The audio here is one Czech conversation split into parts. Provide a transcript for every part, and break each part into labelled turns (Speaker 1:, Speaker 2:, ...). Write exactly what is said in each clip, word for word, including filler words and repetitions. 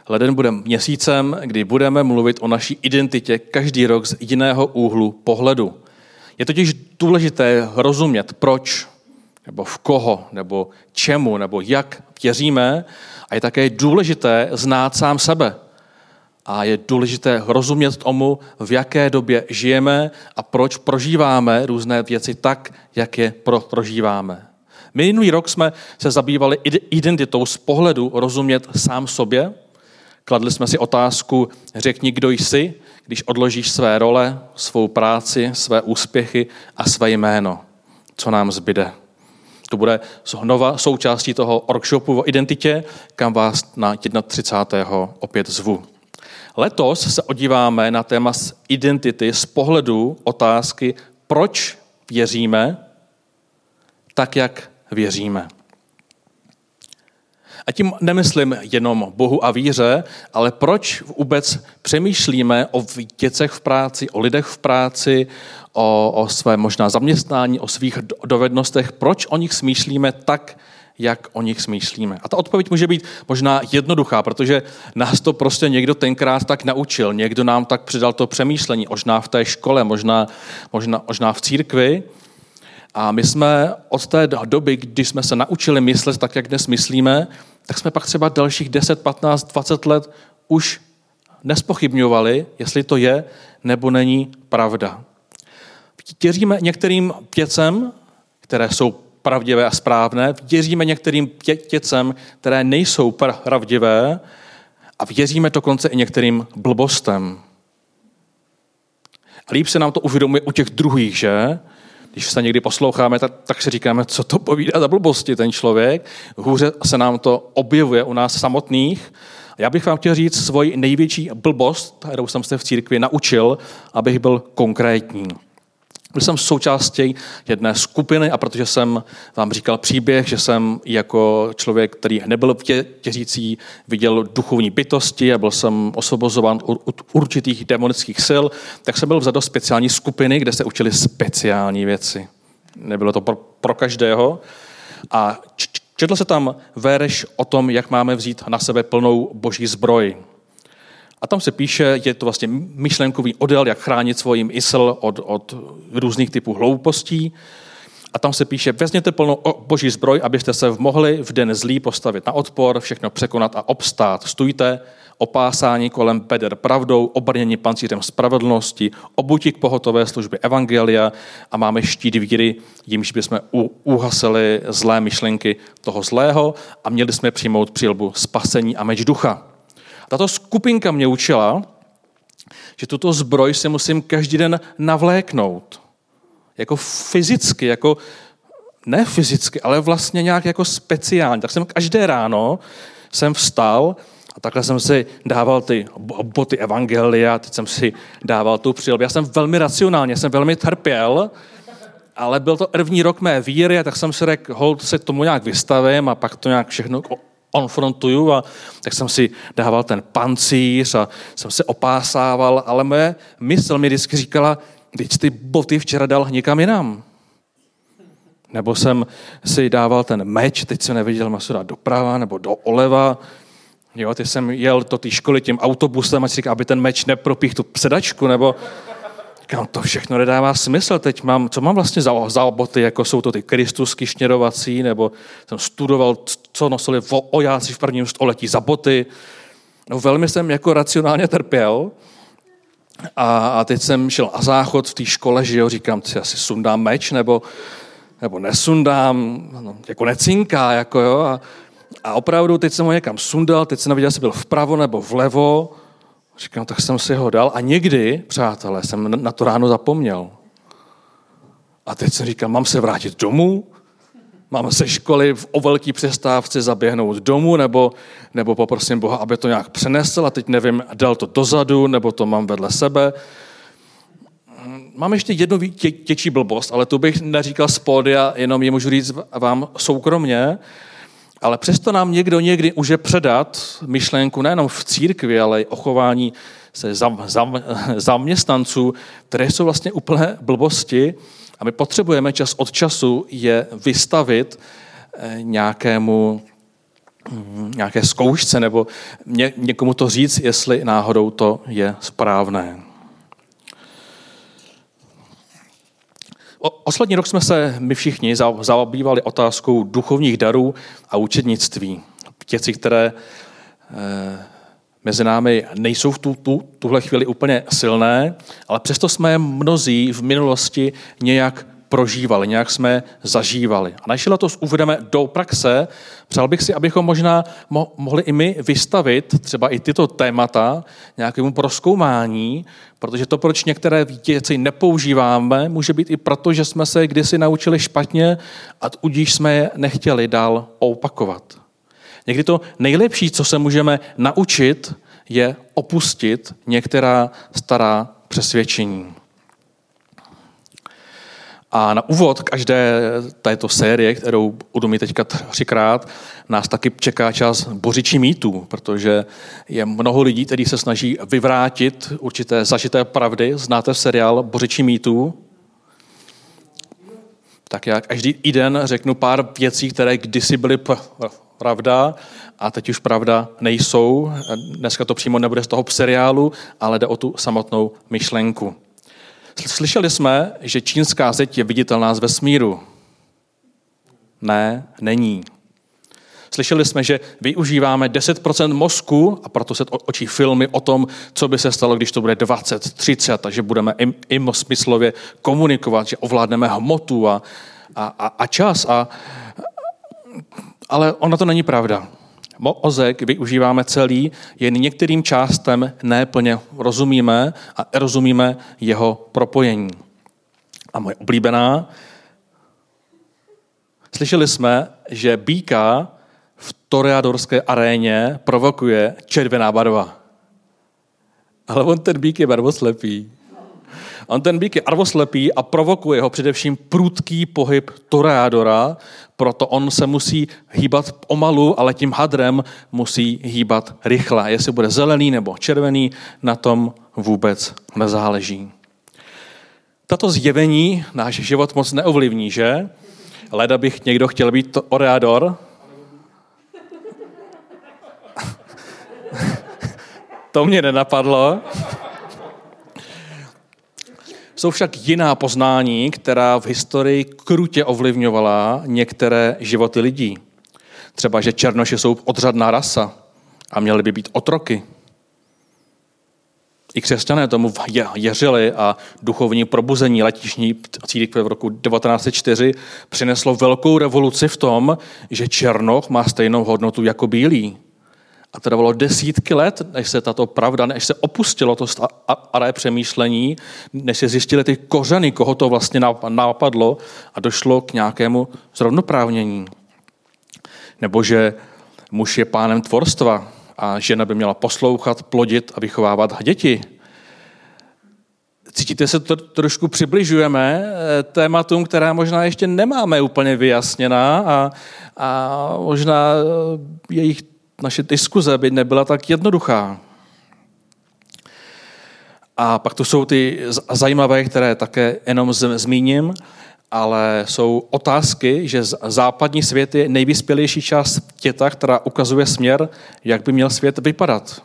Speaker 1: Leden bude měsícem, kdy budeme mluvit o naší identitě každý rok z jiného úhlu pohledu. Je totiž důležité rozumět, proč, nebo v koho, nebo čemu, nebo jak věříme, a je také důležité znát sám sebe. A je důležité rozumět tomu, v jaké době žijeme a proč prožíváme různé věci tak, jak je prožíváme. Minulý rok jsme se zabývali identitou z pohledu rozumět sám sobě. Kladli jsme si otázku, řekni, kdo jsi, když odložíš své role, svou práci, své úspěchy a své jméno. Co nám zbyde? To bude znova součástí toho workshopu o identitě, kam vás na třicátého opět zvu. Letos se odíváme na téma identity z pohledu otázky, proč věříme tak, jak věříme. A tím nemyslím jenom Bohu a víře, ale proč vůbec přemýšlíme o věcech v práci, o lidech v práci, o, o své možná zaměstnání, o svých dovednostech, proč o nich smýšlíme tak, jak o nich smýšlíme. A ta odpověď může být možná jednoduchá, protože nás to prostě někdo tenkrát tak naučil, někdo nám tak přidal to přemýšlení, možná v té škole, možná, možná, možná v církvi. A my jsme od té doby, kdy jsme se naučili myslet tak, jak dnes myslíme, tak jsme pak třeba dalších deset, patnáct, dvacet let už nespochybňovali, jestli to je nebo není pravda. Věříme některým věcem, které jsou pravdivé a správné, věříme některým věcem, které nejsou pravdivé a věříme dokonce i některým blbostem. A líp se nám to uvědomuje u těch druhých, že? Když se někdy posloucháme, tak, tak si říkáme, co to povídá za blbosti ten člověk. Hůře se nám to objevuje u nás samotných. Já bych vám chtěl říct svoji největší blbost, kterou jsem se v církvi naučil, abych byl konkrétní. Byl jsem součástí jedné skupiny a protože jsem vám říkal příběh, že jsem jako člověk, který nebyl věřící, viděl duchovní bytosti a byl jsem osvobozován od určitých demonických sil, tak jsem byl vzat do speciální skupiny, kde se učili speciální věci. Nebylo to pro, pro každého. A četl se tam verš o tom, jak máme vzít na sebe plnou boží zbroj. A tam se píše, je to vlastně myšlenkový odel, jak chránit svůj mysl od, od různých typů hloupostí. A tam se píše, vezměte plnou boží zbroj, abyste se mohli v den zlý postavit na odpor, všechno překonat a obstát. Stůjte, opásání kolem beder pravdou, obrnění pancířem spravedlnosti, obuti k pohotové službě evangelia a máme štít víry, jimž bychom uhasili zlé myšlenky toho zlého a měli jsme přijmout přilbu spasení a meč ducha. Tato skupinka mě učila, že tuto zbroj si musím každý den navléknout. Jako fyzicky, jako ne fyzicky, ale vlastně nějak jako speciálně. Tak jsem každé ráno jsem vstal a takhle jsem si dával ty boty evangelia, teď jsem si dával tu přilbu. Já jsem velmi racionálně, jsem velmi trpěl, ale byl to první rok mé víry, tak jsem si řekl, hold se tomu nějak vystavím a pak to nějak všechno konfrontuju a tak jsem si dával ten pancíř a jsem se opásával, ale moje mysl mi vždycky říkala, teď ty boty včera dal někam jinam. Nebo jsem si dával ten meč, teď jsem nevěděl, mám se dát doprava nebo do oleva. Jo, teď jsem jel do té školy tím autobusem a si říkal, aby ten meč nepropích tu předačku, nebo říkám, to všechno nedává smysl. Teď mám, co mám vlastně za, za boty, jako jsou to ty kristusky šněrovací, nebo jsem studoval, co nosili vojáci v prvním století za boty. No, velmi jsem jako racionálně trpěl a, a teď jsem šel na záchod v té škole, že jo, říkám, si asi sundám meč, nebo, nebo nesundám, no, jako necinká, jako jo. A, a opravdu teď jsem ho někam sundal, teď jsem nevěděl, jestli byl vpravo nebo vlevo. Říkám, tak jsem si ho dal a někdy, přátelé, jsem na to ráno zapomněl. A teď jsem říkal, mám se vrátit domů? Mám se školy v o velký přestávce zaběhnout domů, nebo, nebo poprosím Boha, aby to nějak přenesl a teď nevím, dal to dozadu, nebo to mám vedle sebe. Mám ještě jednu tě, těčí blbost, ale tu bych neříkal z pódia, jenom je můžu říct vám soukromně, ale přesto nám někdo někdy může předat myšlenku nejenom v církvi, ale i o chování se zam, zam, zaměstnanců, které jsou vlastně úplné blbosti a my potřebujeme čas od času je vystavit nějakému nějaké zkoušce nebo ně, někomu to říct, jestli náhodou to je správné. O, poslední rok jsme se my všichni zabývali otázkou duchovních darů a učednictví. Věci, které eh, mezi námi nejsou v tu, tu, tuhle chvíli úplně silné, ale přesto jsme je mnozí v minulosti nějak prožívali, nějak jsme zažívali. A než to uvedeme do praxe, přál bych si, abychom možná mo- mohli i my vystavit třeba i tyto témata nějakému prozkoumání, protože to, proč některé věci nepoužíváme, může být i proto, že jsme se kdysi naučili špatně a tudíž jsme je nechtěli dál opakovat. Někdy to nejlepší, co se můžeme naučit, je opustit některá stará přesvědčení. A na úvod každé této série, kterou budu mít teďka třikrát, nás taky čeká čas bořičí mýtů, protože je mnoho lidí, kteří se snaží vyvrátit určité zažité pravdy. Znáte seriál Bořičí mýtů? Tak já každý den řeknu pár věcí, které kdysi byly pravda a teď už pravda nejsou. Dneska to přímo nebude z toho seriálu, ale jde o tu samotnou myšlenku. Slyšeli jsme, že čínská zeď je viditelná z vesmíru. Ne, není. Slyšeli jsme, že využíváme deset procent mozku a proto se točí filmy o tom, co by se stalo, když to bude dvacet, třicet, takže budeme i, i smyslově komunikovat, že ovládneme hmotu a, a, a, a čas. A, ale ono to není pravda. Mozek využíváme celý, jen některým částem neplně rozumíme a rozumíme jeho propojení. A moje oblíbená, slyšeli jsme, že býka v toreadorské aréně provokuje červená barva. Ale on ten býk je barvoslepý. On ten býk je barvoslepý a provokuje ho především prudký pohyb toreadora, proto on se musí hýbat pomalu, ale tím hadrem musí hýbat rychle. Jestli bude zelený nebo červený, na tom vůbec nezáleží. Tato zjevení náš život moc neovlivní, že? Leda bych někdo chtěl být toreador. To mě nenapadlo. Jsou však jiná poznání, která v historii krutě ovlivňovala některé životy lidí. Třeba, že černoši jsou odřadná rasa a měli by být otroky. I křesťané tomu věřili a duchovní probuzení letišní církve v roku devatenáct set čtyři přineslo velkou revoluci v tom, že černoch má stejnou hodnotu jako bílý. A to trvalo desítky let, než se tato pravda, než se opustilo to staré přemýšlení, než se zjistili ty kořeny, koho to vlastně napadlo a došlo k nějakému zrovnoprávnění. Nebo že muž je pánem tvorstva a žena by měla poslouchat, plodit a vychovávat děti. Cítíte se, to trošku přibližujeme tématům, která možná ještě nemáme úplně vyjasněná a, a možná jejich naše diskuze by nebyla tak jednoduchá. A pak to jsou ty zajímavé, které také jenom zmíním, ale jsou otázky, že západní svět je nejvyspělejší část světa, která ukazuje směr, jak by měl svět vypadat.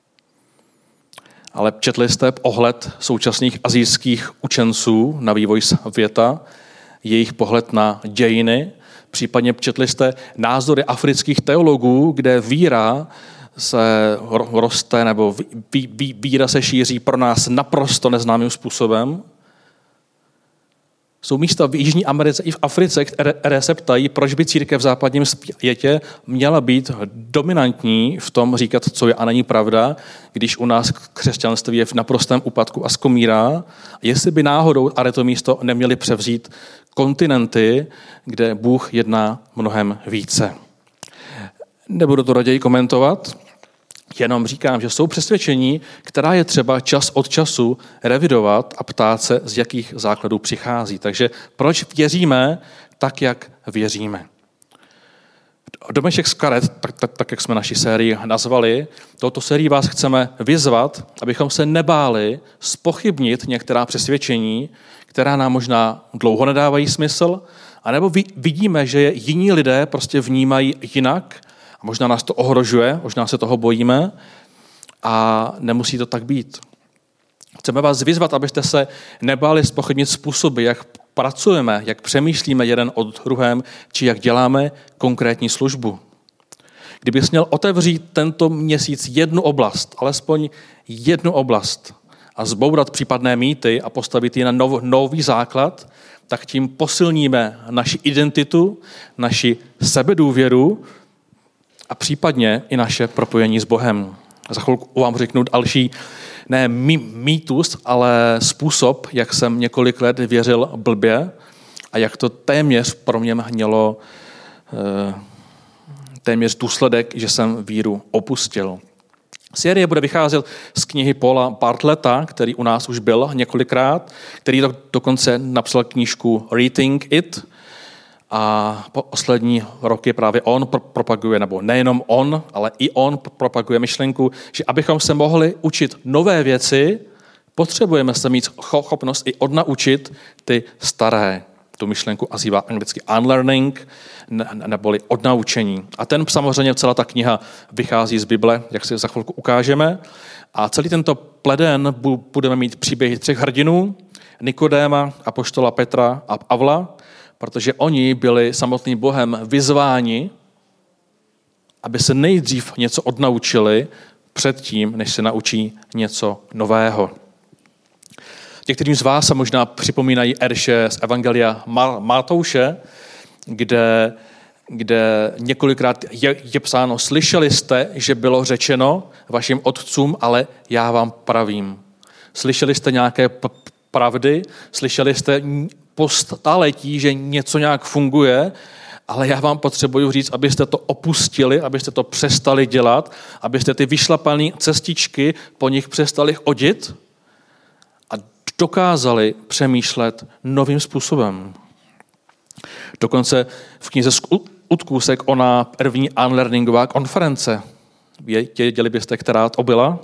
Speaker 1: Ale četli jste ohled současných asijských učenců na vývoj světa, jejich pohled na dějiny, případně četli jste názory afrických teologů, kde víra se roste nebo ví, ví, víra se šíří pro nás naprosto neznámým způsobem. Jsou místa v Jižní Americe i v Africe, které se ptají, proč by církev v západním světě měla být dominantní v tom říkat, co je a není pravda, když u nás křesťanství je v naprostém úpadku a skomírá. Jestli by náhodou a to místo neměli převzít kontinenty, kde Bůh jedná mnohem více. Nebudu to raději komentovat, jenom říkám, že jsou přesvědčení, která je třeba čas od času revidovat a ptát se, z jakých základů přichází. Takže proč věříme tak, jak věříme? Domeček z karet, tak, tak, tak jak jsme naši sérii nazvali, touto sérii vás chceme vyzvat, abychom se nebáli zpochybnit některá přesvědčení, která nám možná dlouho nedávají smysl, anebo vidíme, že je jiní lidé prostě vnímají jinak Možná nás to ohrožuje, možná se toho bojíme a nemusí to tak být. Chceme vás vyzvat, abyste se nebáli zpochybnit způsoby, jak pracujeme, jak přemýšlíme jeden o druhém, či jak děláme konkrétní službu. Kdybys měl otevřít tento měsíc jednu oblast, alespoň jednu oblast a zbourat případné mýty a postavit ji na nov, nový základ, tak tím posilníme naši identitu, naši sebedůvěru a případně i naše propojení s Bohem. Za chvilku vám řeknu další, ne mýtus, ale způsob, jak jsem několik let věřil blbě a jak to téměř pro mě mělo téměř důsledek, že jsem víru opustil. Série bude vycházet z knihy Paula Bartletta, který u nás už byl několikrát, který dokonce napsal knížku Reading It a poslední roky právě on propaguje, nebo nejenom on, ale i on propaguje myšlenku, že abychom se mohli učit nové věci, potřebujeme se mít schopnost i odnaučit ty staré. Tu myšlenku nazývá anglicky unlearning, neboli odnaučení. A ten samozřejmě celá ta kniha vychází z Bible, jak si za chvilku ukážeme. A celý tento pleden budeme mít příběhy třech hrdinů, Nikodéma, apoštola Petra a Pavla, protože oni byli samotným Bohem vyzváni, aby se nejdřív něco odnaučili předtím, než se naučí něco nového. Některým z vás se možná připomínají erše z Evangelia Matouše, kde, kde několikrát je, je psáno, slyšeli jste, že bylo řečeno vašim otcům, ale já vám pravím. Slyšeli jste nějaké p- pravdy, slyšeli jste po staletí, že něco nějak funguje, ale já vám potřebuji říct, abyste to opustili, abyste to přestali dělat, abyste ty vyšlapané cestičky po nich přestali chodit a dokázali přemýšlet novým způsobem. Dokonce v knize Skutků se ona první unlearningová konference. Věděli byste, která to byla?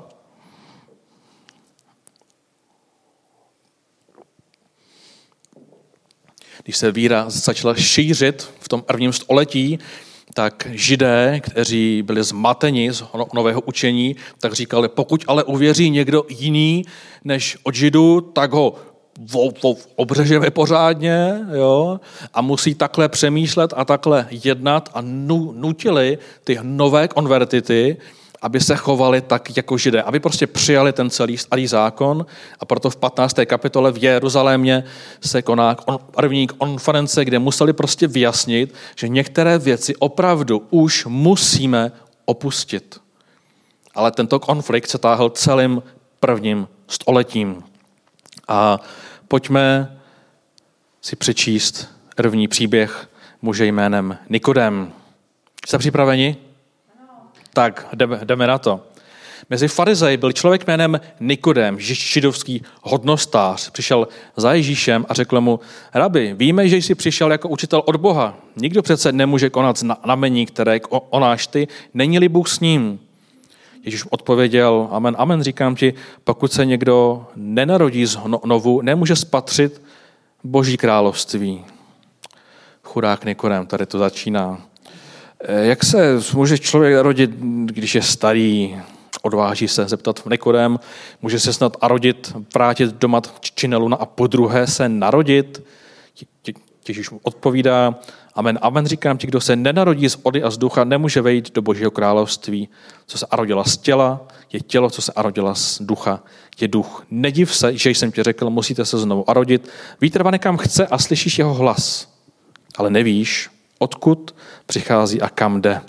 Speaker 1: Když se víra začala šířit v tom prvním století, tak Židé, kteří byli zmateni z nového učení, tak říkali, pokud ale uvěří někdo jiný než od Židů, tak ho obřežeme pořádně, jo? A musí takhle přemýšlet a takhle jednat a nutili ty nové konvertity, aby se chovali tak jako Židé, aby prostě přijali ten celý starý zákon a proto v patnácté kapitole v Jeruzalémě se koná první konference, kde museli prostě vyjasnit, že některé věci opravdu už musíme opustit. Ale tento konflikt se táhl celým prvním stoletím. A pojďme si přečíst první příběh muže jménem Nikodém. Jste připraveni? Tak, jdeme, jdeme na to. Mezi farizeji byl člověk jménem Nikodém, židovský hodnostář. Přišel za Ježíšem a řekl mu, rabi, víme, že jsi přišel jako učitel od Boha. Nikdo přece nemůže konat znamení, které konáš ty, není-li Bůh s ním. Ježíš odpověděl, amen, amen, říkám ti, pokud se někdo nenarodí znovu, nemůže spatřit Boží království. Chudák Nikodém, tady to začíná. Jak se může člověk narodit, když je starý, odváží se zeptat Nikodém, může se snad narodit, vrátit do matčiny luna a podruhé se narodit? Ježíš mu odpovídá, amen, amen, říkám ti, kdo se nenarodí z vody a z ducha, nemůže vejít do Božího království. Co se narodila z těla, je tělo, co se narodila z ducha, je duch. Nediv se, že jsem ti řekl, musíte se znovu narodit. Vítr někam chce a slyšíš jeho hlas, ale nevíš, odkud přichází a kam jde.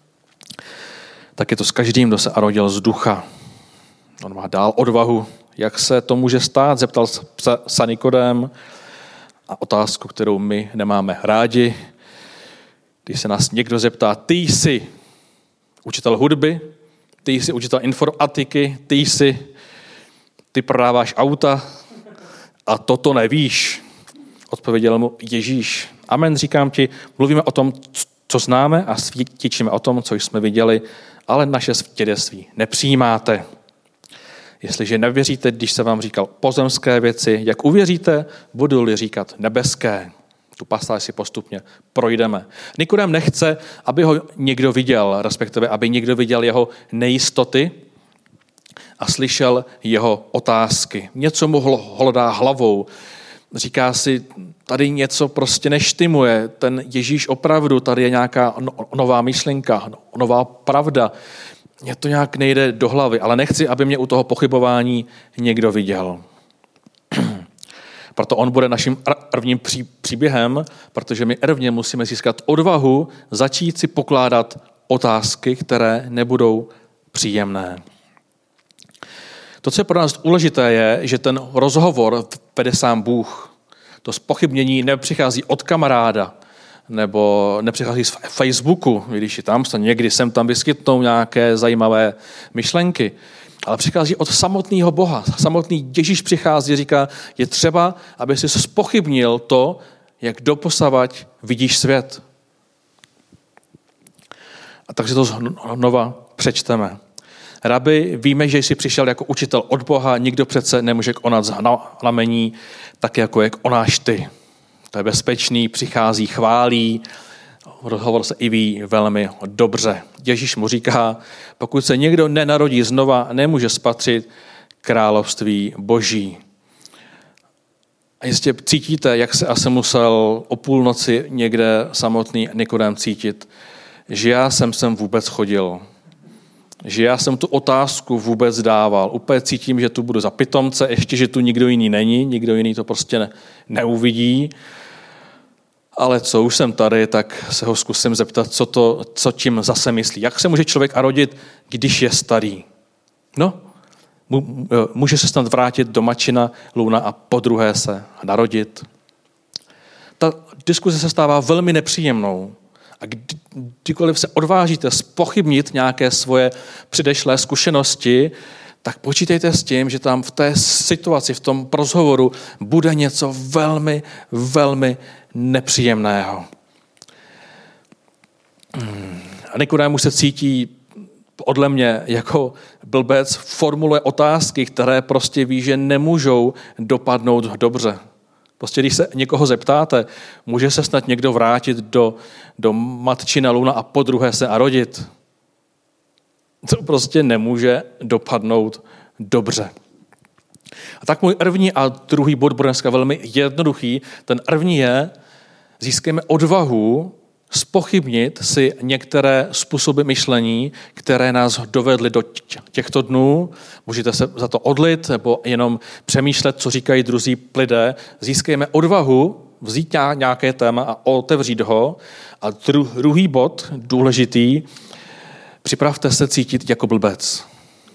Speaker 1: Tak je to s každým, kdo se narodil z ducha. On má dál odvahu, jak se to může stát, zeptal se Nikodém. A otázku, kterou my nemáme rádi, když se nás někdo zeptá, ty jsi učitel hudby, ty jsi učitel informatiky, ty jsi, ty prodáváš auta a toto nevíš. Odpověděl mu Ježíš. Amen, říkám ti, mluvíme o tom, co známe a svědčíme o tom, co jsme viděli, ale naše svědectví nepřijímáte. Jestliže nevěříte, když se vám říkal pozemské věci, jak uvěříte, budu-li říkat nebeské. Tu pasáž si postupně projdeme. Nikodem nechce, aby ho někdo viděl, respektive aby někdo viděl jeho nejistoty a slyšel jeho otázky. Něco mu hlodá hlavou. Říká si, tady něco prostě neštimuje. Ten Ježíš opravdu, tady je nějaká nová myšlenka, nová pravda. Mně to nějak nejde do hlavy, ale nechci, aby mě u toho pochybování někdo viděl. Proto on bude naším prvním příběhem, protože my prvně musíme získat odvahu začít si pokládat otázky, které nebudou příjemné. To, co je pro nás důležité, je, že ten rozhovor vede sám Bůh. To zpochybnění nepřichází od kamaráda, nebo nepřichází z Facebooku, když je tam, někdy sem tam vyskytnou nějaké zajímavé myšlenky, ale přichází od samotného Boha. Samotný Ježíš přichází a říká, je třeba, aby si zpochybnil to, jak doposavať vidíš svět. A takže to znova přečteme. Rabi, víme, že jsi přišel jako učitel od Boha, nikdo přece nemůže konat znamení, tak jako je konáš ty. To je bezpečný, přichází, chválí, rozhovor se i ví velmi dobře. Ježíš mu říká, pokud se někdo nenarodí znova, nemůže spatřit království Boží. A jistě cítíte, jak se asi musel o půlnoci někde samotný Nikodem cítit, že já jsem sem vůbec chodil, že já jsem tu otázku vůbec dával. Úplně cítím, že tu budu za pitomce, ještě, že tu nikdo jiný není, nikdo jiný to prostě ne, neuvidí. Ale co, už jsem tady, tak se ho zkusím zeptat, co, to, co tím zase myslí. Jak se může člověk narodit, když je starý? No, může se snad vrátit do Mačina Luna a podruhé se narodit. Ta diskuze se stává velmi nepříjemnou. A kdykoliv se odvážíte zpochybnit nějaké svoje předešlé zkušenosti, tak počítejte s tím, že tam v té situaci, v tom rozhovoru bude něco velmi, velmi nepříjemného. A Nikodémus se cítí podle mě jako blbec, formuluje otázky, které prostě ví, že nemůžou dopadnout dobře. Prostě když se někoho zeptáte, může se snad někdo vrátit do, do matčina Luna a podruhé se narodit. To prostě nemůže dopadnout dobře. A tak můj první a druhý bod bude dneska velmi jednoduchý. Ten první je, získejme odvahu zpochybnit si některé způsoby myšlení, které nás dovedly do těchto dnů. Můžete se za to odlit nebo jenom přemýšlet, co říkají druzí lidé. Získejme odvahu vzít nějaké téma a otevřít ho. A druhý bod, důležitý, připravte se cítit jako blbec.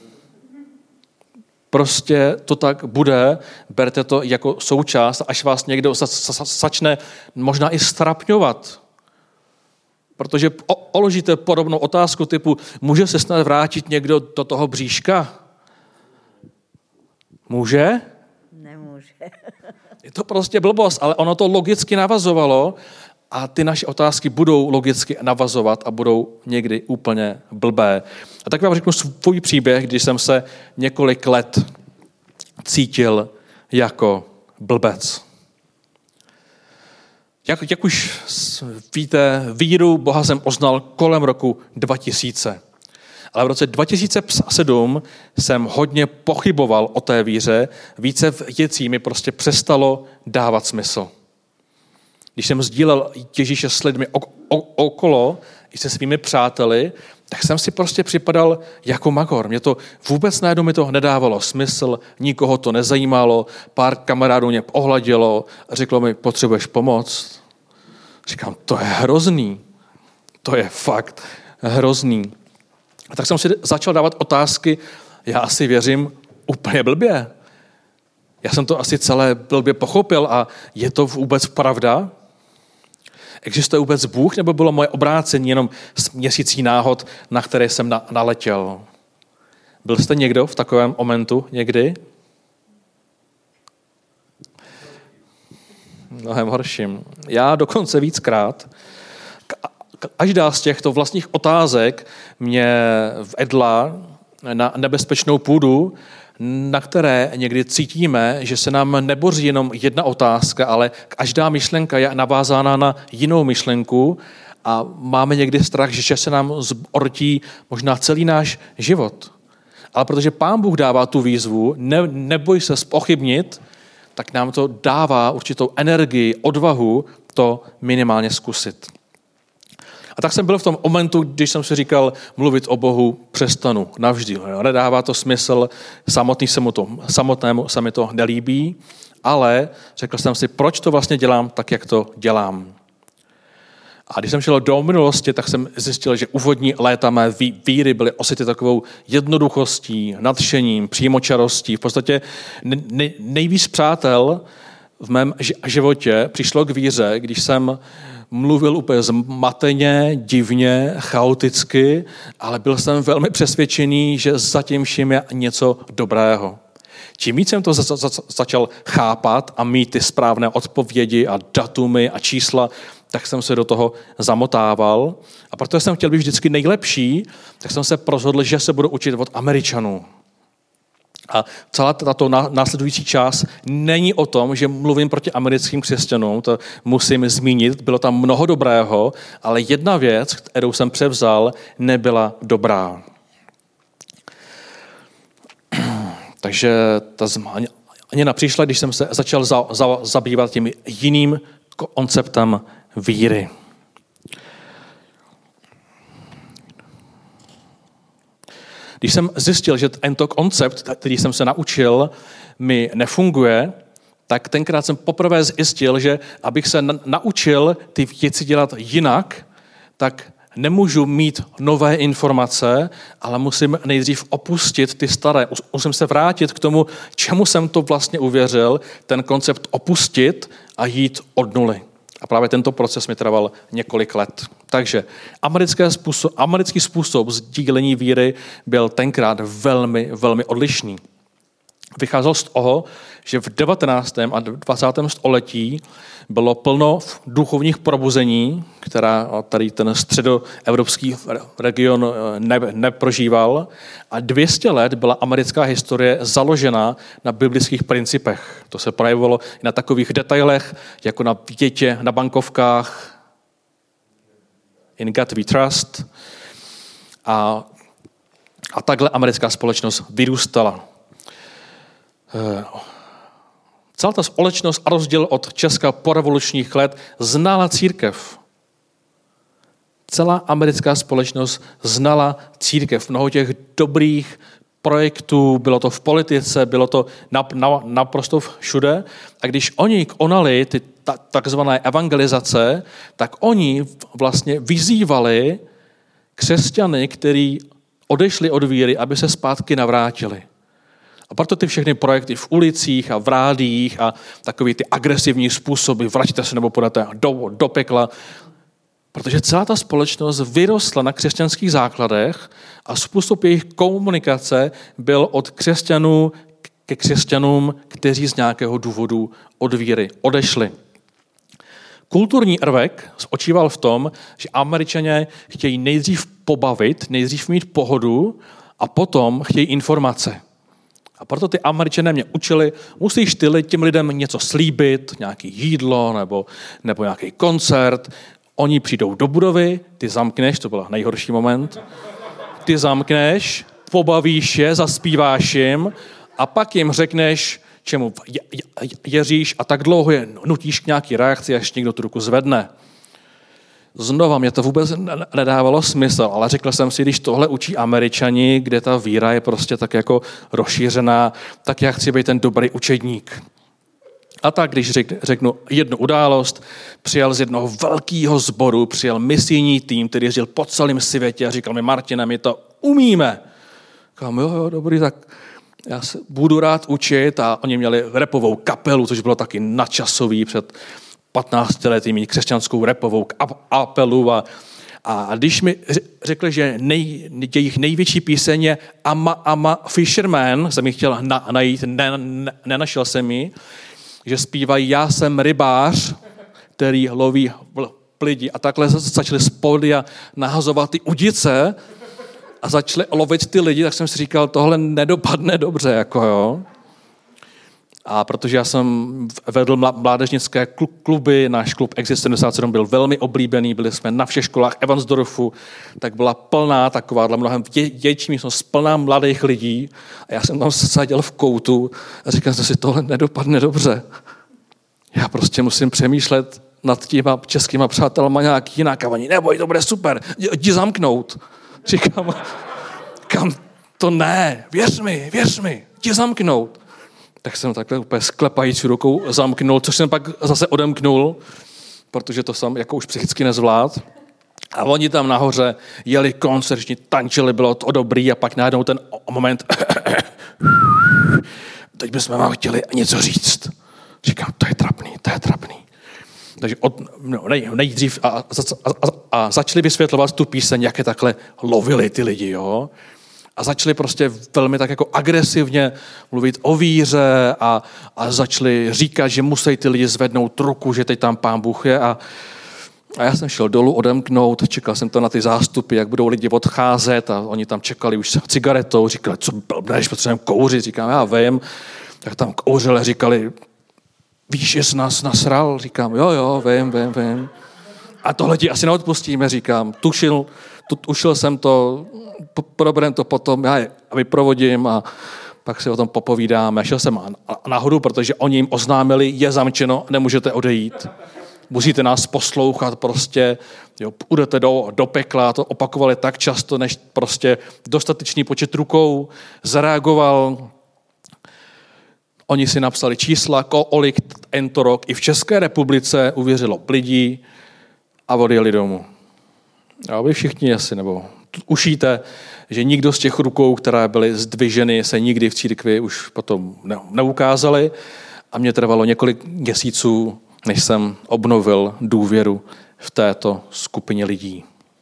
Speaker 1: Prostě to tak bude, berte to jako součást, až vás někdo začne možná i strapňovat. Protože položíte podobnou otázku typu, může se snad vrátit někdo do toho bříška? Může?
Speaker 2: Nemůže.
Speaker 1: Je to prostě blbost, ale ono to logicky navazovalo a ty naše otázky budou logicky navazovat a budou někdy úplně blbé. A tak vám řeknu svůj příběh, když jsem se několik let cítil jako blbec. Jak, jak už víte, víru Boha jsem poznal kolem roku dva tisíce. Ale v roce dva tisíce sedm jsem hodně pochyboval o té víře, více věcí mi prostě přestalo dávat smysl. Když jsem sdílel Ježíše s lidmi okolo i se svými přáteli, tak jsem si prostě připadal jako magor. Mě to vůbec najednou mi to nedávalo smysl, nikoho to nezajímalo, pár kamarádů mě ohladilo, řeklo mi, potřebuješ pomoc. Říkám, to je hrozný. To je fakt hrozný. A tak jsem si začal dávat otázky, já asi věřím úplně blbě. Já jsem to asi celé blbě pochopil a je to vůbec pravda? Existuje vůbec Bůh, nebo bylo moje obrácení jenom měsící náhod, na které jsem na, naletěl? Byl jste někdo v takovém momentu někdy? Mnohem horším. Já dokonce víckrát. Každá z těchto vlastních otázek mě vedla na nebezpečnou půdu, na které někdy cítíme, že se nám neboří jenom jedna otázka, ale každá myšlenka je navázána na jinou myšlenku a máme někdy strach, že se nám zbortí možná celý náš život. Ale protože Pán Bůh dává tu výzvu, ne, neboj se zpochybnit, tak nám to dává určitou energii, odvahu to minimálně zkusit. A tak jsem byl v tom momentu, když jsem si říkal, mluvit o Bohu přestanu navždy. Nedává to smysl, samotný se mu to, samotnému se mi to nelíbí, ale řekl jsem si, proč to vlastně dělám tak, jak to dělám. A když jsem šel do minulosti, tak jsem zjistil, že úvodní léta mé víry byly osity takovou jednoduchostí, nadšením, přímočarostí. V podstatě nejvíc přátel v mém životě přišlo k víře, když jsem mluvil úplně zmateně, divně, chaoticky, ale byl jsem velmi přesvědčený, že zatím vším je něco dobrého. Čím víc jsem to za- za- začal chápat a mít ty správné odpovědi a datumy a čísla, tak jsem se do toho zamotával. A protože jsem chtěl být vždycky nejlepší, tak jsem se rozhodl, že se budu učit od Američanů. A celá tato následující část není o tom, že mluvím proti americkým křesťanům, to musím zmínit, bylo tam mnoho dobrého, ale jedna věc, kterou jsem převzal, nebyla dobrá. Takže ta změna přišla, když jsem se začal za, za, zabývat tím jiným konceptem víry. Když jsem zjistil, že tento koncept, který jsem se naučil, mi nefunguje, tak tenkrát jsem poprvé zjistil, že abych se naučil ty věci dělat jinak, tak nemůžu mít nové informace, ale musím nejdřív opustit ty staré. Musím se vrátit k tomu, čemu jsem to vlastně uvěřil, ten koncept opustit a jít od nuly. A právě tento proces mi trval několik let. Takže americký způsob, americký způsob sdílení víry byl tenkrát velmi, velmi odlišný. Vycházel z toho, že v devatenáctém a dvacátém století bylo plno duchovních probuzení, která tady ten středoevropský region ne, neprožíval. A dvě stě let byla americká historie založena na biblických principech. To se projevovalo na takových detailech, jako na větě na bankovkách, In God We Trust. A, a takhle americká společnost vyrůstala. Celá ta společnost a rozdíl od Česka po revolučních let znala církev. Celá americká společnost znala církev. Mnoho těch dobrých projektů, bylo to v politice, bylo to naprosto všude. A když oni konali ty takzvané evangelizace, tak oni vlastně vyzývali křesťany, kteří odešli od víry, aby se zpátky navrátili. A proto ty všechny projekty v ulicích a v rádiích a takový ty agresivní způsoby, vraťte se nebo půjdete do, do pekla, protože celá ta společnost vyrostla na křesťanských základech a způsob jejich komunikace byl od křesťanů ke křesťanům, kteří z nějakého důvodu od víry odešli. Kulturní prvek spočíval v tom, že Američané chtějí nejdřív pobavit, nejdřív mít pohodu a potom chtějí informace. A proto ty Američané mě učili, musíš ty těm lidem něco slíbit, nějaké jídlo nebo, nebo nějaký koncert. Oni přijdou do budovy, ty zamkneš, to byl nejhorší moment, ty zamkneš, pobavíš je, zaspíváš jim a pak jim řekneš, čemu věříš a tak dlouho je nutíš k nějaký reakci, až někdo tu ruku zvedne. Znova mě to vůbec nedávalo smysl, ale řekl jsem si, když tohle učí Američani, kde ta víra je prostě tak jako rozšířená, tak já chci být ten dobrý učedník. A tak, když řeknu jednu událost, přijel z jednoho velkého sboru, přijel misijní tým, který jezdil po celém světě a říkal mi, Martine, my to umíme. Říkám, jo, jo, dobrý, tak já se budu rád učit a oni měli rapovou kapelu, což bylo taky nadčasový před patnácti lety mít křesťanskou rapovou kapelu a, a když mi řekli, že nej, jejich největší píseň je Ama, Ama Fisherman, jsem ji chtěl na, najít, ne, ne, nenašel jsem ji, že zpívají Já jsem rybář, který loví lidi a takhle začali z pódia nahazovat ty udice a začali lovit ty lidi, tak jsem si říkal, tohle nedopadne dobře, jako jo. A protože já jsem vedl mládežnické kluby, náš klub Exit sedmdesát sedm byl velmi oblíbený, byli jsme na všech školách Evansdorfu, tak byla plná taková mnohem větší místnost, plná mladých lidí. A já jsem tam seděl v koutu a říkal jsem si, tohle nedopadne dobře. Já prostě musím přemýšlet nad těma českýma přátelama nějak jinak. A oni, neboj, to bude super, jdi zamknout. Říkám, kam to ne, věř mi, věř mi, jdi zamknout. Tak jsem takhle úplně sklepající rukou zamknul, což jsem pak zase odemknul, protože to jsem jako už psychicky nezvlád. A oni tam nahoře jeli koncertní, tančili, bylo to dobrý a pak najednou ten moment, teď bychom vám chtěli něco říct. Říkám, to je trapný, to je trapný. Takže od, no, nej, nejdřív a, a, a, a začali vysvětlovat tu píseň, jak je takhle lovili ty lidi, jo. A začali prostě velmi tak jako agresivně mluvit o víře a, a začali říkat, že musí ty lidi zvednout ruku, že teď tam Pán Bůh je. A, a já jsem šel dolů odemknout, čekal jsem to na ty zástupy, jak budou lidi odcházet a oni tam čekali už s cigaretou, říkali, co blbneš, potřebujeme kouřit, říkám, já vím. Tak tam kouřili, říkali, víš, že jsi nás nasral? Říkám, jo, jo, vím, vím, vím. A tohle ti asi neodpustíme, říkám, tušil, tu, tušil jsem to, proberem to potom, já je vyprovodím a pak si o tom popovídáme. Šel jsem nahoru, protože oni jim oznámili, je zamčeno, nemůžete odejít. Musíte nás poslouchat prostě, jo, půjdete do, do pekla, to opakovali tak často, než prostě dostatečný počet rukou zareagoval. Oni si napsali čísla, kolik tento rok i v České republice uvěřilo lidí a odjeli domů. A vy všichni asi, nebo ušíte, že nikdo z těch rukou, které byly zdviženy, se nikdy v církvi už potom ne, neukázali a mě trvalo několik měsíců, než jsem obnovil důvěru v této skupině lidí.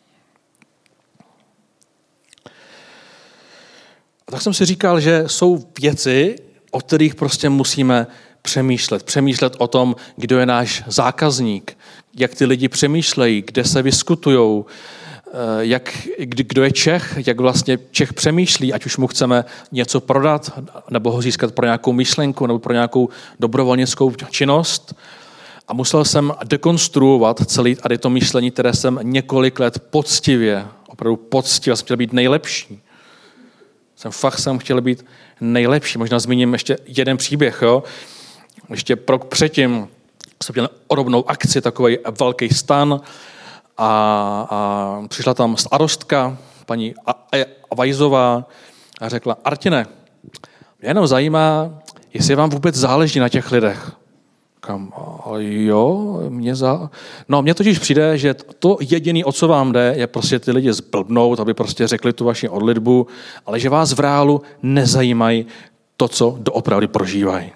Speaker 1: A tak jsem si říkal, že jsou věci, o kterých prostě musíme přemýšlet. Přemýšlet o tom, kdo je náš zákazník, jak ty lidi přemýšlejí, kde se vyskutujou, jak, kdo je Čech, jak vlastně Čech přemýšlí, ať už mu chceme něco prodat, nebo ho získat pro nějakou myšlenku, nebo pro nějakou dobrovolnickou činnost. A musel jsem dekonstruovat celé tady to myšlení, které jsem několik let poctivě, opravdu poctivě, jsem chtěl být nejlepší. Jsem fakt jsem chtěl být nejlepší. Možná zmíním ještě jeden příběh. Jo? Ještě rok předtím jsem měl podobnou akci, takový velký stan a, a přišla tam starostka, paní Vajzová a řekla, Artine, mě jenom zajímá, jestli vám vůbec záleží na těch lidech. Kam, jo, mě za... No, mně totiž přijde, že to jediné, o co vám jde, je prostě ty lidi zblbnout, aby prostě řekli tu vaši odlitbu, ale že vás v reálu nezajímají to, co doopravdy prožívají.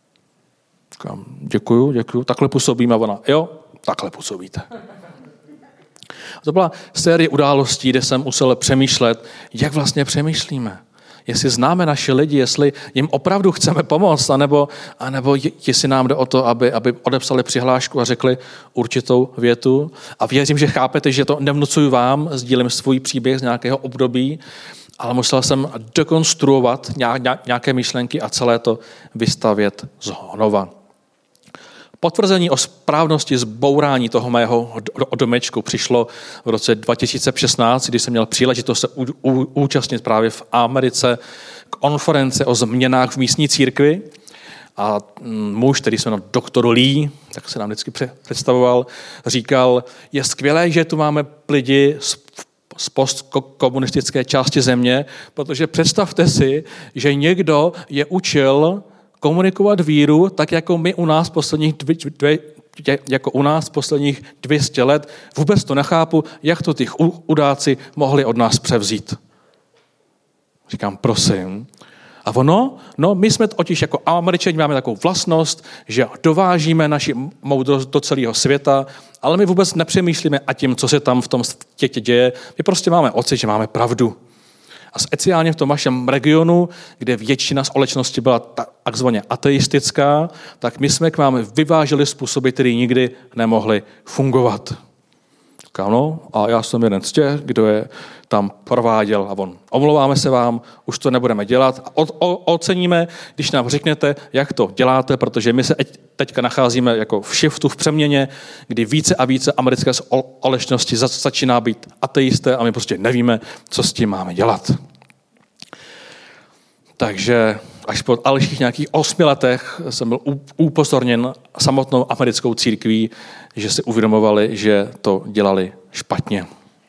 Speaker 1: Kam, děkuju, děkuju, takhle působím a ona, jo, takhle působíte. A to byla série událostí, kde jsem musel přemýšlet, jak vlastně přemýšlíme. Jestli známe naše lidi, jestli jim opravdu chceme pomoct, anebo, anebo jestli nám jde o to, aby, aby odepsali přihlášku a řekli určitou větu. A věřím, že chápete, že to nevnucuju vám, sdílím svůj příběh z nějakého období, ale musel jsem dekonstruovat nějaké myšlenky a celé to vystavět znova. Potvrzení o správnosti zbourání toho mého domečku přišlo v roce dva tisíce šestnáct, kdy jsem měl příležitost se účastnit právě v Americe konference o změnách v místní církvi. A muž, který se jmenoval doktor Lee, tak se nám vždycky představoval, říkal, je skvělé, že tu máme lidi z postkomunistické části země, protože představte si, že někdo je učil komunikovat víru, tak jako my u nás posledních dvě, dvě, jako u nás posledních dvě stě let. Vůbec to nechápu, jak to ty chudáci mohli od nás převzít. Říkám, prosím. A ono, no my jsme totiž jako Američani máme takovou vlastnost, že dovážíme naši moudrost do celého světa, ale my vůbec nepřemýšlíme a tím, co se tam v tom světě děje. My prostě máme pocit, že máme pravdu. A speciálně v tom vašem regionu, kde většina společnosti byla takzvaně ateistická, tak my jsme k vám vyváželi způsoby, které nikdy nemohly fungovat. Říkám, no, a já jsem jeden z těch, kdo je tam prováděl. A on, omlouváme se vám, už to nebudeme dělat. A o, o, oceníme, když nám řeknete, jak to děláte, protože my se teďka nacházíme jako v shiftu, v přeměně, kdy více a více americké společnosti začíná být ateisté a my prostě nevíme, co s tím máme dělat. Takže až po dalších nějakých osmi letech jsem byl upozorněn samotnou americkou církví, že si uvědomovali, že to dělali špatně.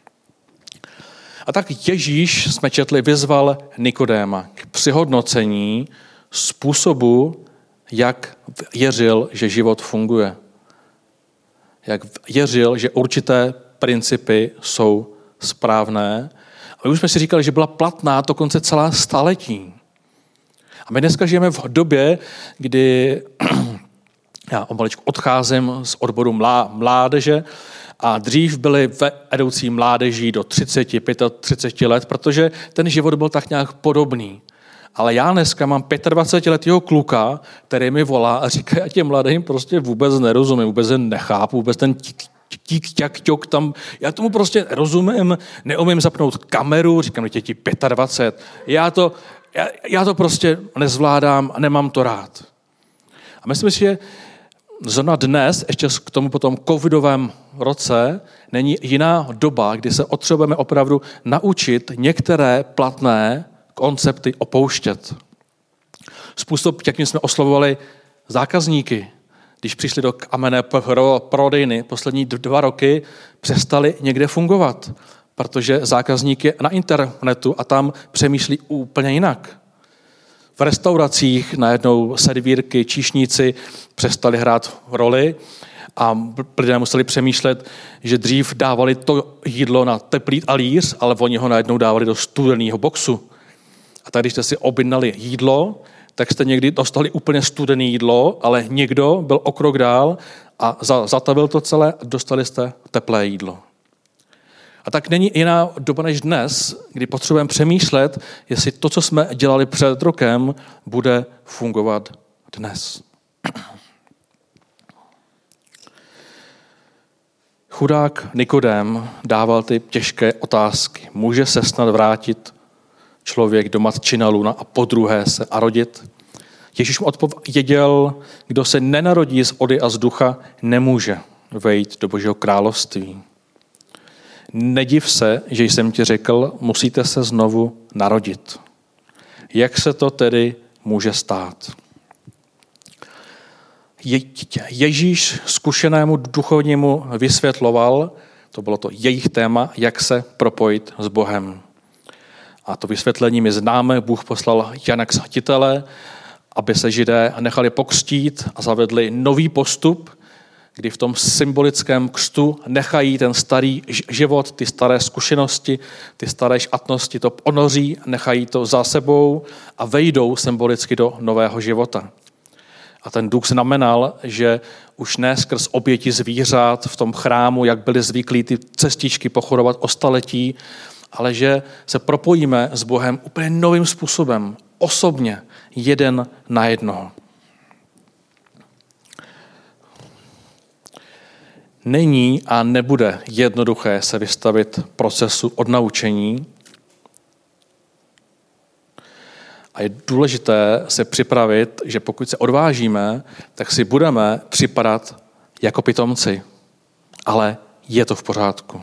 Speaker 1: A tak Ježíš, jsme četli, vyzval Nikodéma k přihodnocení způsobu, jak věřil, že život funguje. Jak věřil, že určité principy jsou správné. A my už jsme si říkali, že byla platná dokonce celá staletí. A my dneska žijeme v době, kdy já omaličku odcházím z odboru mlá, mládeže a dřív byli vedoucí mládeží do třicet, třicet pět let, protože ten život byl tak nějak podobný. Ale já dneska mám dvacetipětiletého kluka, který mi volá a říká, já těm mladým prostě vůbec nerozumím, vůbec je nechápu, vůbec ten tík, ťak, ťok tam, já tomu prostě rozumím, neumím zapnout kameru, říkám, že ti dvacet pět, já to, já, já to prostě nezvládám a nemám to rád. A myslím si, že zrovna dnes, ještě k tomu potom covidovém roce, není jiná doba, kdy se potřebujeme opravdu naučit některé platné koncepty opouštět. Způsob, jakým jsme oslovovali zákazníky, když přišli do kamenné prodejny, poslední dva roky přestali někde fungovat, protože zákazník je na internetu a tam přemýšlí úplně jinak. V restauracích najednou servírky, číšníci přestali hrát roli a lidé museli přemýšlet, že dřív dávali to jídlo na teplý talíř, ale oni ho najednou dávali do studeného boxu. A tak, když jste si objednali jídlo, tak jste někdy dostali úplně studené jídlo, ale někdo byl o krok dál a zatavil to celé a dostali jste teplé jídlo. A tak není jiná doba než dnes, kdy potřebujeme přemýšlet, jestli to, co jsme dělali před rokem, bude fungovat dnes. Chudák Nikodém dával ty těžké otázky. Může se snad vrátit člověk do matčina lůna a podruhé se a rodit? Ježíš mu odpověděl, kdo se nenarodí z vody a z ducha, nemůže vejít do Božího království. Nediv se, že jsem ti řekl, musíte se znovu narodit. Jak se to tedy může stát? Je, Ježíš zkušenému duchovnímu vysvětloval, to bylo to jejich téma, jak se propojit s Bohem. A to vysvětlení mi známe, Bůh poslal Jana Křtitele, aby se Židé nechali pokřtít a zavedli nový postup, kdy v tom symbolickém křtu nechají ten starý život, ty staré zkušenosti, ty staré špatnosti, to ponoří, nechají to za sebou a vejdou symbolicky do nového života. A ten duch znamenal, že už ne skrz oběti zvířat v tom chrámu, jak byli zvyklí ty cestičky pochodovat o staletí, ale že se propojíme s Bohem úplně novým způsobem, osobně, jeden na jednoho. Není a nebude jednoduché se vystavit procesu odnaučení a je důležité se připravit, že pokud se odvážíme, tak si budeme připadat jako pitomci. Ale je to v pořádku.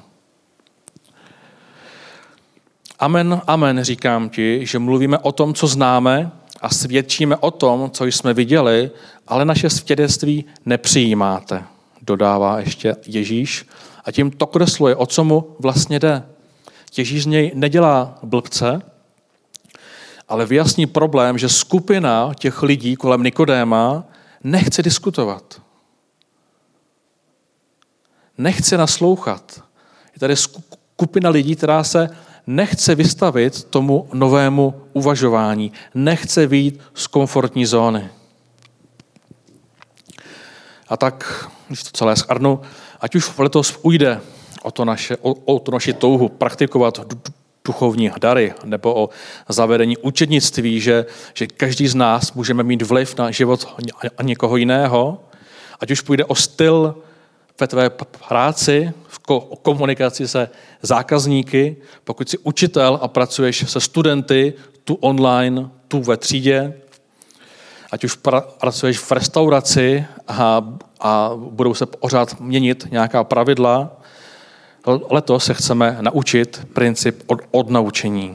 Speaker 1: Amen, amen, říkám ti, že mluvíme o tom, co známe a svědčíme o tom, co jsme viděli, ale naše svědectví nepřijímáte, dodává ještě Ježíš. A tím to kresluje, o co mu vlastně jde. Ježíš z něj nedělá blbce, ale vyjasní problém, že skupina těch lidí kolem Nikodéma nechce diskutovat. Nechce naslouchat. Je tady skupina lidí, která se nechce vystavit tomu novému uvažování. Nechce vyjít z komfortní zóny. A tak, když to celé shrnu, ať už letos ujde o, to naše, o, o tu naši touhu praktikovat duchovní dary nebo o zavedení učednictví, že, že každý z nás můžeme mít vliv na život a někoho jiného, ať už půjde o styl ve tvé práci, v komunikaci se zákazníky, pokud jsi učitel a pracuješ se studenty, tu online, tu ve třídě, ať už pra, pracuješ v restauraci a, a budou se pořád měnit nějaká pravidla, letos se chceme naučit princip od, odnaučení.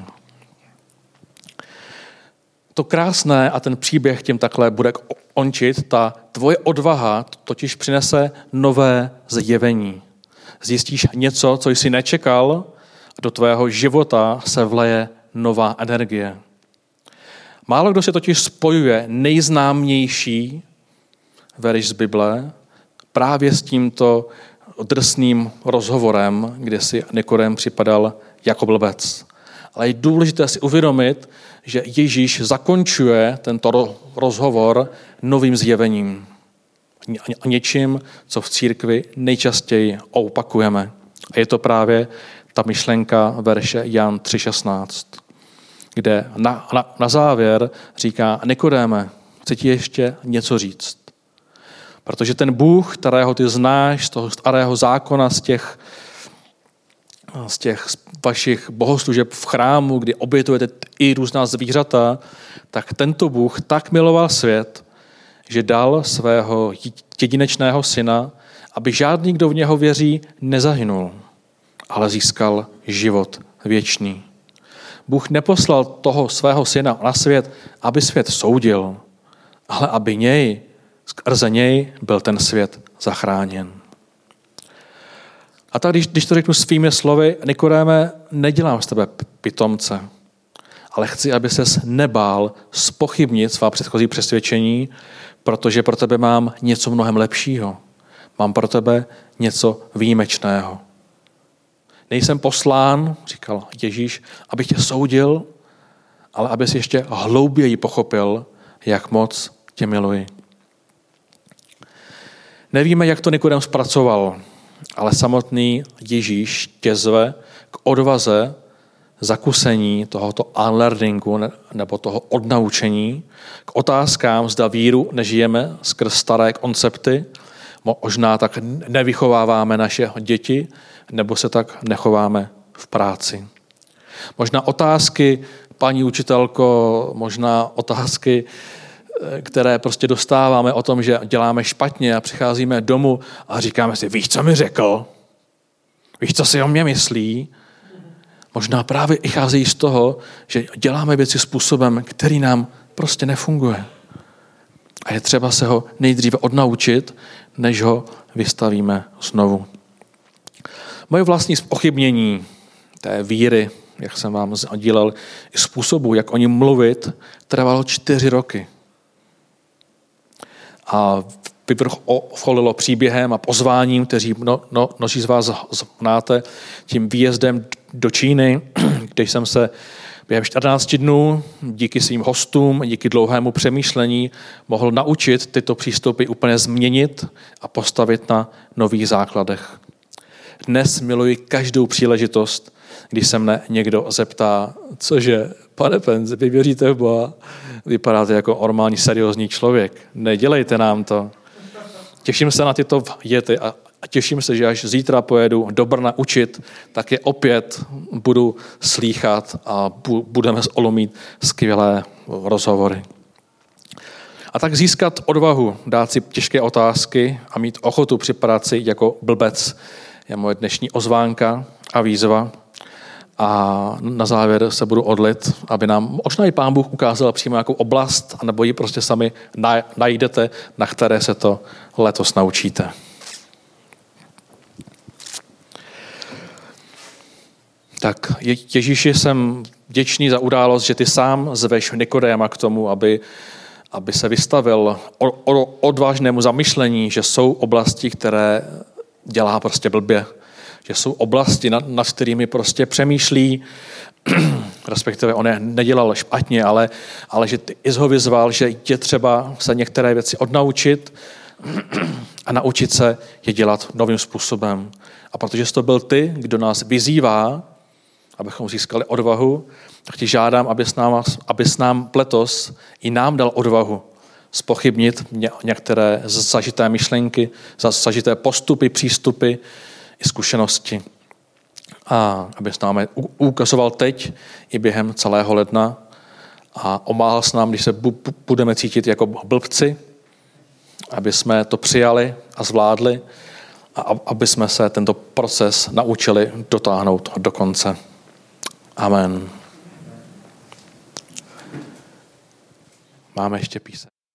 Speaker 1: To krásné a ten příběh tím takhle bude končit, ta tvoje odvaha totiž přinese nové zjevení. Zjistíš něco, co jsi nečekal, a do tvého života se vleje nová energie. Málo kdo se totiž spojuje nejznámější verš z Bible právě s tímto drsným rozhovorem, kde si Nikodem připadal jako blbec. Ale je důležité si uvědomit, že Ježíš zakončuje tento rozhovor novým zjevením. A něčím, co v církvi nejčastěji opakujeme. A je to právě ta myšlenka verše Jan tři šestnáct, kde na, na, na závěr říká: Nikodéme, chci ti ještě něco říct. Protože ten Bůh, kterého ty znáš z toho starého zákona, z těch, z těch vašich bohoslužeb v chrámu, kdy obětujete i různá zvířata, tak tento Bůh tak miloval svět, že dal svého jedinečného syna, aby žádný, kdo v něho věří, nezahynul, ale získal život věčný. Bůh neposlal toho svého syna na svět, aby svět soudil, ale aby něj, skrze něj byl ten svět zachráněn. A tak, když, když to řeknu svými slovy, Nikodéme, nedělám z tebe pitomce, ale chci, aby ses nebál zpochybnit svá předchozí přesvědčení, protože pro tebe mám něco mnohem lepšího. Mám pro tebe něco výjimečného. Nejsem poslán, říkal Ježíš, abych tě soudil, ale abys ještě hlouběji pochopil, jak moc tě miluji. Nevíme, jak to Nikodem zpracoval, ale samotný Ježíš tě zve k odvaze zakusení tohoto unlearningu nebo toho odnaučení, k otázkám, zda víru nežijeme skrz staré koncepty, možná tak nevychováváme naše děti, nebo se tak nechováme v práci. Možná otázky, paní učitelko, možná otázky, které prostě dostáváme o tom, že děláme špatně a přicházíme domů a říkáme si, víš, co mi řekl? Víš, co si o mě myslí? Možná právě i cházejí z toho, že děláme věci způsobem, který nám prostě nefunguje. A je třeba se ho nejdříve odnaučit, než ho vystavíme znovu. Moje vlastní pochybnění té víry, jak jsem vám sdílel, i způsobu, jak o ní mluvit, trvalo čtyři roky. A vyvrcholilo příběhem a pozváním, kteří mno, no, množí z vás znáte, tím výjezdem do Číny, kde jsem se během čtrnácti dnů díky svým hostům, díky dlouhému přemýšlení mohl naučit tyto přístupy úplně změnit a postavit na nových základech. Dnes miluji každou příležitost, když se mne někdo zeptá, cože, pane Penz, vy věříte v Boha? Vypadáte jako normální, seriózní člověk. Nedělejte nám to. Těším se na tyto věty a těším se, že až zítra pojedu do Brna učit, tak je opět budu slýchat a budeme spolu mít skvělé rozhovory. A tak získat odvahu, dát si těžké otázky a mít ochotu připadat si jako blbec je moje dnešní ozvánka a výzva. A na závěr se budu odlit, aby nám možná i Pán Bůh ukázal přímo nějakou oblast, anebo ji prostě sami najdete, na které se to letos naučíte. Tak Ježíši, jsem vděčný za událost, že ty sám zveš Nikodéma k tomu, aby, aby se vystavil o, o, odvážnému zamyšlení, že jsou oblasti, které dělá prostě blbě. Že jsou oblasti, nad, nad kterými prostě přemýšlí, respektive on je nedělal špatně, ale, ale že ty jsi ho vyzval, že je třeba se některé věci odnaučit a naučit se je dělat novým způsobem. A protože jsi to byl ty, kdo nás vyzývá, abychom získali odvahu, tak ti žádám, abys nám, abys nám letos i nám dal odvahu zpochybnit některé zažité myšlenky, zažité postupy, přístupy i zkušenosti. A aby s námi ukazoval teď i během celého ledna a omáhal s nám, když se budeme cítit jako blbci, aby jsme to přijali a zvládli a aby jsme se tento proces naučili dotáhnout do konce. Amen. Máme ještě píseň.